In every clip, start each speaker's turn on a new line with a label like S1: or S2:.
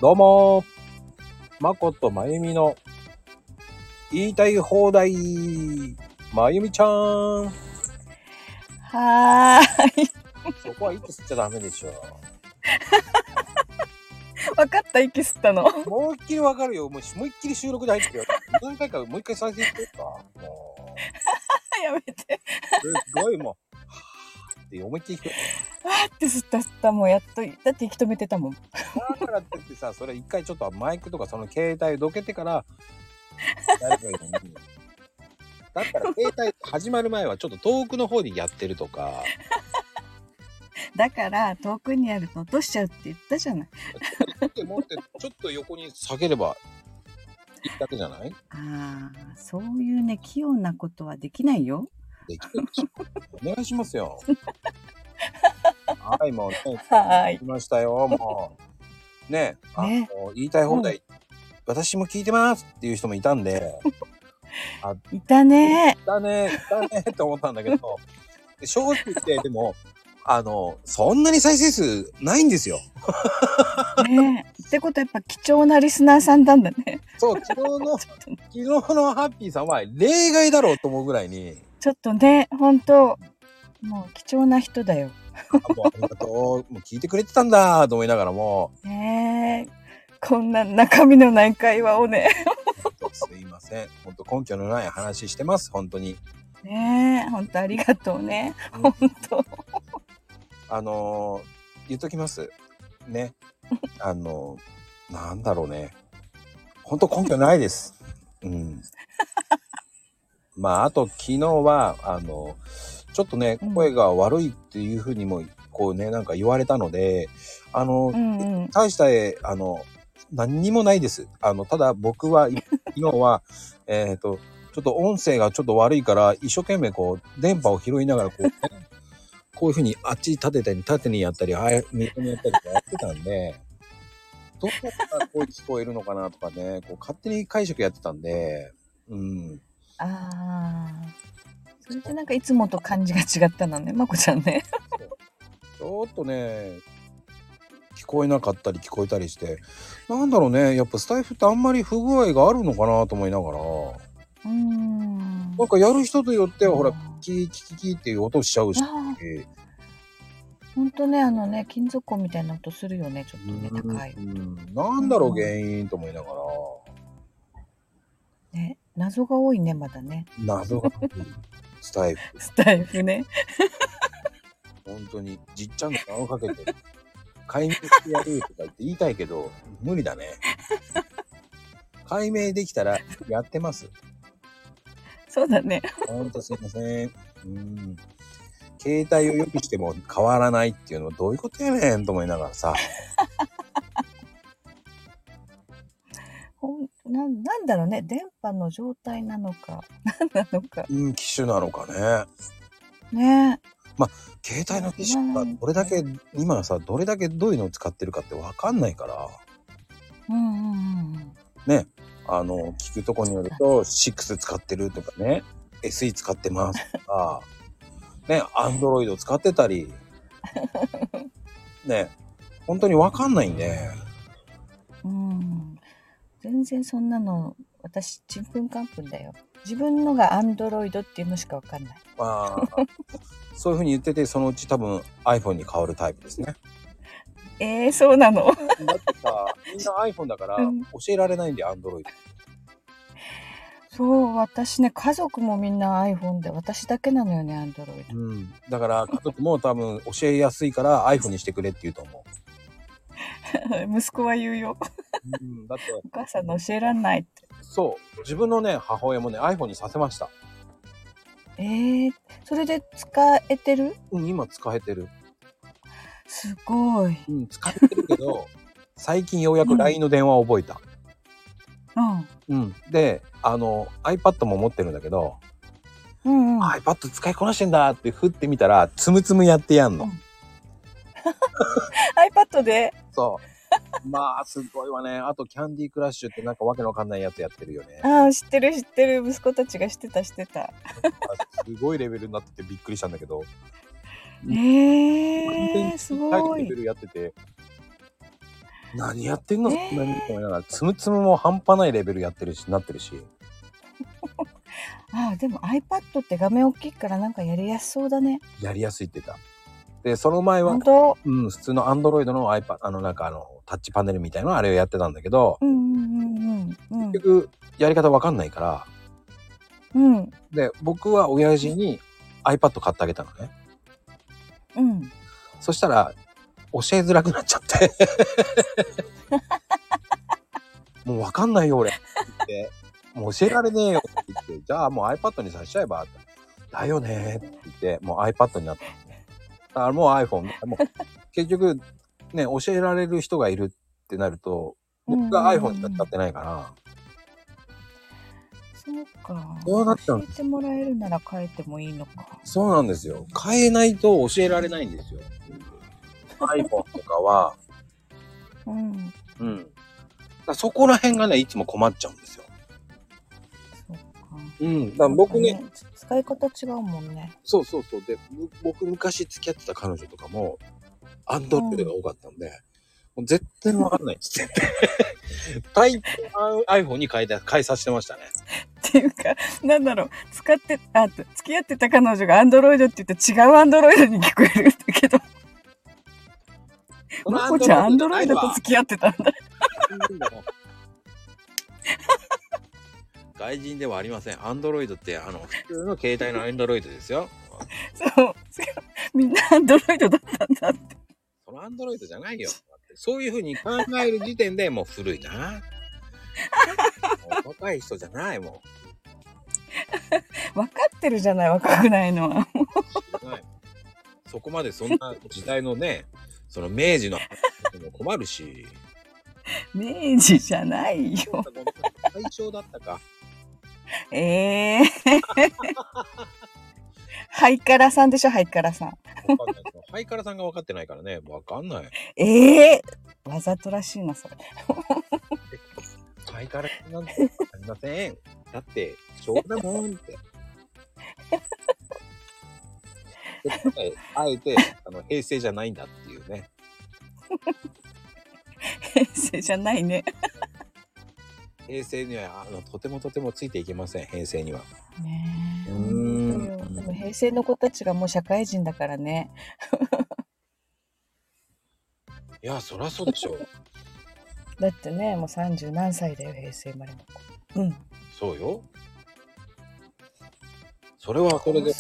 S1: どうもまことまゆみの言いたい放題。まゆみちゃん。
S2: はーい。
S1: そこは息吸っちゃダメでしょ。
S2: わかった、息吸ったの。
S1: 思いっきりわかるよ。もう思いっきり収録で入ってるよ。何回かもう一回再生してるか。もう。
S2: やめて。
S1: すごいもう。はぁって思いっきり聞こえ
S2: わーって吸った。もうやっと、だって息止めてたもん。
S1: た。だからって言ってさ、それ一回ちょっとマイクとかその携帯どけてからやればいいのに。だったら携帯始まる前はちょっと遠くの方にやってるとか。
S2: だから遠くにあると落としちゃうって言ったじゃない。
S1: 持ってちょっと横に下げればいいだけじゃない？
S2: ああ、そういうね、器用なことはできないよ。
S1: できるでしょ。お願いしますよ。はい、もうね、
S2: はーい。
S1: 来ましたよ、もう。ね、
S2: ね。
S1: 言いたい放題、私も聞いてますっていう人もいたんで、
S2: いたね。
S1: いたねって思ったんだけど、正直言って、でも、そんなに再生数ないんですよ。
S2: ねってことはやっぱ貴重なリスナーさんなんだね。
S1: そう、昨日のハッピーさんは例外だろうと思うぐらいに。
S2: ちょっとね、ほんと、もう貴重な人だよ。
S1: もうありがとう。もう聞いてくれてたんだと思いながらも。
S2: ねえ。こんな中身のない会話をね。
S1: すいません。本当根拠のない話してます。本当に。
S2: ねえ、ほんとありがとうね。ほんと。
S1: 言っときます。ね。なんだろうね。本当根拠ないです。うん。まあ、あと昨日は、ちょっとね、声が悪いっていうふうにも、こうね、なんか言われたので、大した、何にもないです。ただ僕は、昨日は、ちょっと音声がちょっと悪いから、一生懸命こう、電波を拾いながら、こう、ね、こういうふうにあっち立てたり、縦にやったり、右にやったりとかやってたんで、どうやったら声聞こえるのかなとかね、こう勝手に解釈やってたんで、うん。
S2: ああ。それでなんかいつもと感じが違ったのね、まこちゃんね。
S1: ちょっとね、聞こえなかったり聞こえたりして、なんだろうね、やっぱスタイフってあんまり不具合があるのかなと思いながら、なんかやる人とよってはほら、キーっていう音しちゃうし。
S2: ほんとね、金属音みたいな音するよね、ちょっとね、高い。
S1: なんだろう、原因と思いながら。
S2: ね、謎が多いね、まだね。
S1: 謎が多い。スタイフ。
S2: スタイフね。
S1: 本当に、じっちゃんの名をかけて、解明してやるとか言いたいけど、無理だね。解明できたらやってます。
S2: そうだね。
S1: ほんとすいません。携帯を予備しても変わらないっていうのはどういうことやねんと思いながらさ。
S2: なんだろうね、電波の状態なのか、何なのか。
S1: 機種なのかね。
S2: ね。
S1: まあ、携帯の機種がどれだけ、今さ、どれだけどういうのを使ってるかってわかんないから。ね、聞くとこによると、6使ってるとかね、SE 使ってますとか、ね、Android 使ってたり、ね、本当にわかんないんで。
S2: 全然そんなの、私、ちんぷんかんぷんだよ。自分のが Android っていうのしかわかんない。
S1: そういう風に言ってて、そのうち多分 iPhone に変わるタイプですね。
S2: そうなの？
S1: だってさ、みんな iPhone だから教えられないんで、Android。
S2: そう、私ね、家族もみんな iPhone で、私だけなのよね、Android。
S1: だから家族も多分教えやすいから iPhone にしてくれって言うと思う。
S2: 息子は言うよ。
S1: だって
S2: お母さんの教えらんないって。
S1: そう、自分のね、母親もね、iPhone にさせました。
S2: それで使えてる？
S1: 今使えてる。
S2: すごい。
S1: 使えてるけど、最近ようやく LINE の電話を覚えた。で、iPad も持ってるんだけど、iPad 使いこなしてんだって振ってみたら、つむつむやってやんの。
S2: iPad で？
S1: そう。まあ、すごいわね。あと、キャンディークラッシュってなんかわけのわかんないやつやってるよね。
S2: 知ってる。息子たちが知ってた。
S1: すごいレベルになっててびっくりしたんだけど。
S2: すごい。
S1: レベルやってて。 何やってんの、そんなにと思いながら、つむつむも半端ないレベルやってるし、なってるし。
S2: ああ、でも iPad って画面大きいからなんかやりやすそうだね。
S1: やりやすいって言った。で、その前は、
S2: 本当？
S1: 普通の Android の iPad、タッチパネルみたいなあれをやってたんだけど、結局、やり方わかんないから、で、僕は親父に iPad 買ってあげたのね。そしたら、教えづらくなっちゃって。もうわかんないよ、俺。って言って。もう教えられねえよって言って、じゃあもう iPad にさしちゃえばって。だよねって言って、もう iPad になった。だからもう iPhone、もう結局ね、教えられる人がいるってなると、僕が iPhone しか使ってないから。
S2: そうか。
S1: そうなっちゃう。
S2: 教えてもらえるなら変えてもいいのか。
S1: そうなんですよ。変えないと教えられないんですよ。iPhone とかは。そこら辺がね、いつも困っちゃうんですよ。だから僕ね、
S2: 使い方違うもんね。
S1: そう。で、僕昔付き合ってた彼女とかも、アンドロイドが多かったんで、もう絶対わかんないですって。タイプ iPhone に変えさせてましたね。
S2: っていうか、なんだろう、付き合ってた彼女がアンドロイドって言って違うアンドロイドに聞こえるんだけど。まこちゃんアンドロイドと付き合ってたんだ。
S1: 外人ではありません。アンドロイドって普通の携帯のアンドロイドですよ。
S2: そう。みんなアンドロイドだったんだって。
S1: そのアンドロイドじゃないよ。そういう風に考える時点でもう古いな。若い人じゃないも
S2: ん。分かってるじゃない、若くないのは。
S1: 知らない。そこまでそんな時代のね、その明治の話も困るし。
S2: 明治じゃないよ。
S1: 大正だったか。
S2: ハイカラさんでしょ、ハイカラさん。
S1: ハイカラさんが分かってないからね、分かんない。
S2: わざとらしいな、それ。
S1: ハイカラなんてありません。だって、昭和だもんって。あえて、平成じゃないんだっていうね。
S2: 平成じゃないね。
S1: 平成にはとてもついていけません、平成には。
S2: ねえ。でも平成の子たちがもう社会人だからね。
S1: いや、そりゃそうでしょう。
S2: だってね、もう30何歳だよ、平成生まれの子。
S1: そうよ。それはそれで。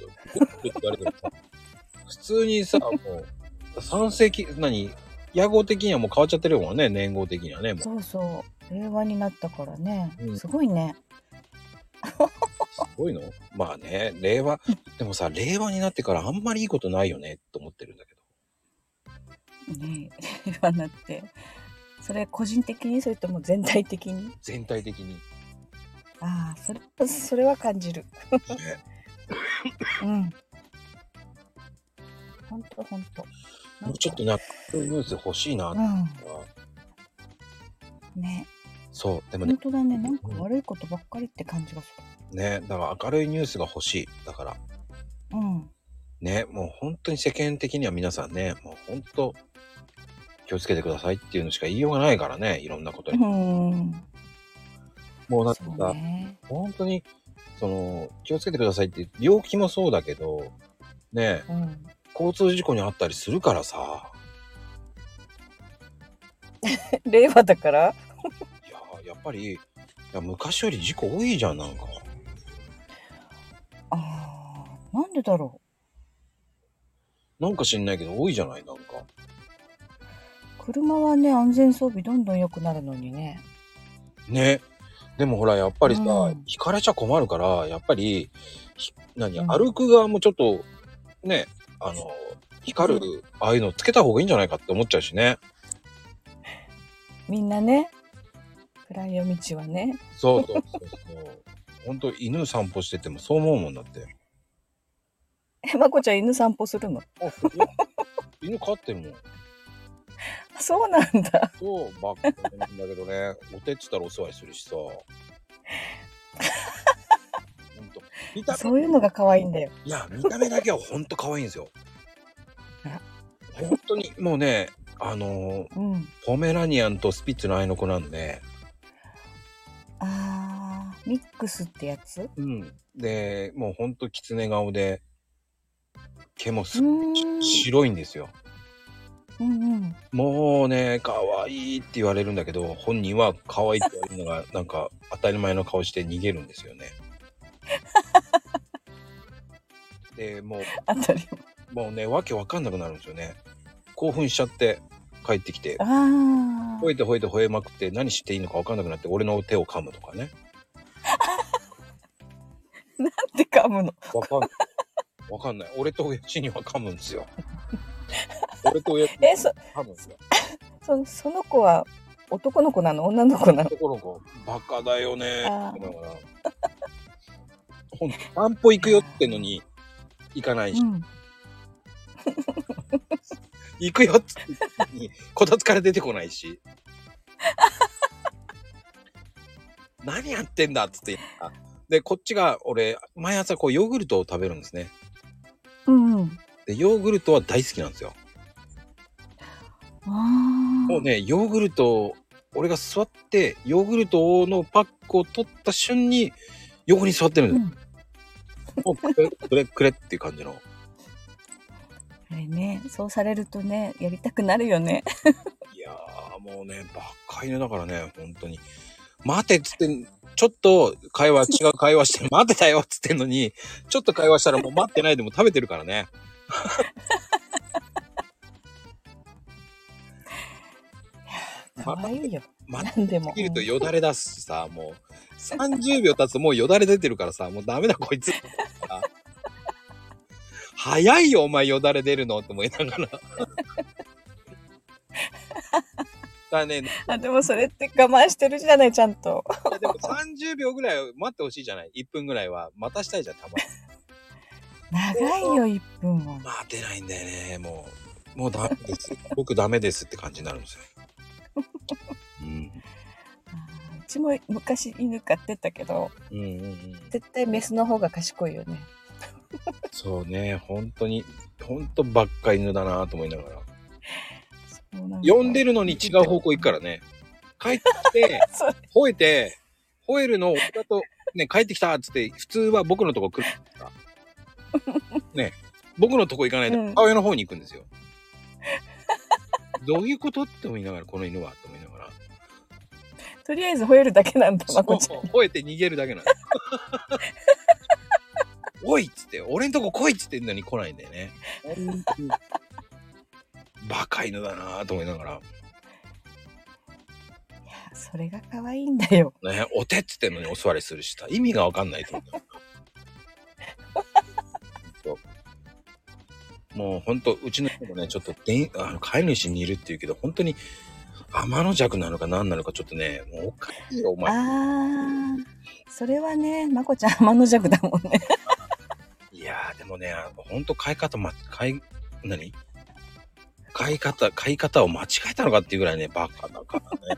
S1: 普通にさ、もう、3世紀、屋号的にはもう変わっちゃってるもんね、年号的にはね。
S2: そうそう。令和になったからね。すごいね。
S1: すごいの？まあね、令和、でもさ、令和になってからあんまりいいことないよね、と思ってるんだけ
S2: ど。ねえ、令和になって。それ個人的に、それとも全体的に？
S1: 全体的に。
S2: ああ、それは感じる。ほんと。
S1: もうちょっとね、ニュース欲しいな、
S2: ね。
S1: そう、でもね。
S2: 本当だね、なんか悪いことばっかりって感じがす
S1: る。ね、だから明るいニュースが欲しい。だから。ね、もう本当に世間的には皆さんね、もう本当気をつけてくださいっていうのしか言いようがないからね、いろんなことに。もうだってさ、本当に気をつけてくださいって、病気もそうだけど、ね、交通事故にあったりするからさ。
S2: 令和だから？
S1: いや、やっぱり、昔より事故多いじゃん、なんか。
S2: なんでだろ
S1: う。なんか知んないけど多いじゃない、なんか。
S2: 車はね、安全装備どんどん良くなるのにね。
S1: ね。でもほら、やっぱりさ、ひかれちゃ困るから、やっぱり、歩く側もちょっと、ね、光る、ああいうのつけた方がいいんじゃないかって思っちゃうしね。
S2: みんなね、暗い夜道はね。
S1: そう。ほんと、犬散歩しててもそう思うもんだって。
S2: まこちゃん犬散歩するの？
S1: 犬飼ってるもん。
S2: そうなんだ。
S1: そう、バックなんだけどね、お手っつったらお世話するしさ。
S2: そういうのが可愛いんだよ。
S1: いや、見た目だけはほんと可愛いんですよ。本当に、もうね、 ポメラニアンとスピッツの間の子なんで、
S2: ミックスってやつ？
S1: で、もうほんと狐顔で、毛も白いんですよ。もうね、可愛いって言われるんだけど、本人は可愛いって言われるのが、なんか当たり前の顔して逃げるんですよね。で、もうね、わけわかんなくなるんですよね。興奮しちゃって、帰ってきて。吠えて吠えまくって、何していいのかわかんなくなって、俺の手を噛むとかね。
S2: なんで噛むの？
S1: わかんない。俺と親父には噛むんですよ。俺と親父には噛むんですよ。
S2: その子は男の子なの？女の子なの？
S1: 男の子。バカだよね。ほんと、散歩行くよってのに、行かないし。行くよって言ったのに、こたつから出てこないし。何やってんだっつって言った。で、こっちが、俺、毎朝こうヨーグルトを食べるんですね。で、ヨーグルトは大好きなんですよ。もうね、ヨーグルト、俺が座って、ヨーグルトのパックを取った瞬に、横に座ってるんです。もうくれっていう感じの。
S2: あれね、そうされるとね、やりたくなるよね。
S1: いやー、もうね、バカ犬だからね、本当に。待てっつって、ちょっと違う会話して、待ってたよっつってんのに、ちょっと会話したらもう待ってないでも食べてるからね。
S2: かわいいよ。
S1: 待ってすぎるとよだれ出すしさ、もう30秒経つともうよだれ出てるからさ、もうダメだこいつ。早いよお前よだれ出るのって思いながら。だね。
S2: でもそれって我慢してるじゃない、ちゃんと。
S1: いやでも30秒ぐらい待ってほしいじゃない。1分ぐらいは待たしたいじゃん、たま
S2: に。長いよ、1分は。
S1: 待てないんだよね、もうダメです。僕ダメですって感じになるんですよ。
S2: うちも昔犬飼ってたけど、絶対メスの方が賢いよね。
S1: そうね、本当ばっか犬だなと思いながら。呼んでるのに違う方向行くからね。帰ってきて、吠えるのをだと、ね、帰ってきたっつって、普通は僕のとこ来るんですか。ね、僕のとこ行かないで、母親の方に行くんですよ。どういうことって思いながら、この犬はって思いながら。
S2: とりあえず吠えるだけなんだ、まこちゃん。
S1: 吠えて逃げるだけなんだ。おいっつって、俺んとこ来いっつってんのに来ないんだよね。バカ犬だなぁと思いながら。いや、
S2: それが可愛いんだよ。
S1: ね、お手っつってんのにお座りするしさ、意味がわかんないと思う。もうほんと、うちの人もね、ちょっと飼い主にいるって言うけど、本当に天の弱なのか何なのかちょっとね、もうおかしいよ、お前。
S2: それはね、まこちゃん天の弱だもんね。
S1: いやー、でもね、ほんと飼い方を間違えたのかっていうぐらいね、バカだから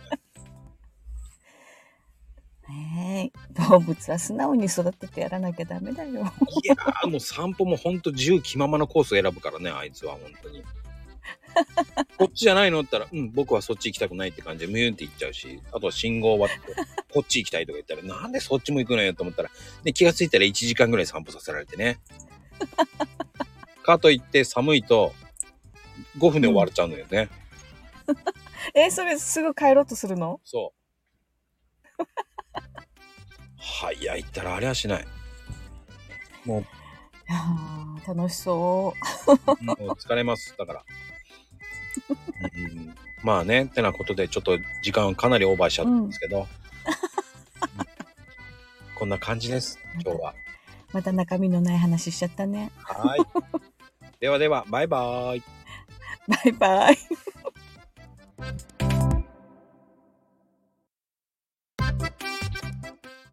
S2: ね。動物は素直に育ててやらなきゃダメだよ。
S1: いやー、もう散歩もほんと自由気ままなコースを選ぶからね、あいつは本当に。こっちじゃないのって言ったら、僕はそっち行きたくないって感じでムーンって行っちゃうし、あとは信号終わって、こっち行きたいとか言ったら、なんでそっちも行くのよと思ったら、で、気がついたら1時間ぐらい散歩させられてね。かといって寒いと5分で終わっちゃうのよね。
S2: それすぐ帰ろうとするの？
S1: そう。早いったらありゃしない。もう。
S2: 楽しそう。
S1: もう疲れます。だから。まあね、ってなことでちょっと時間かなりオーバーしちゃったんですけど。こんな感じです、今日は。
S2: また中身のない話しちゃったね。
S1: はい。ではでは、バイバーイ。
S2: バイバイ。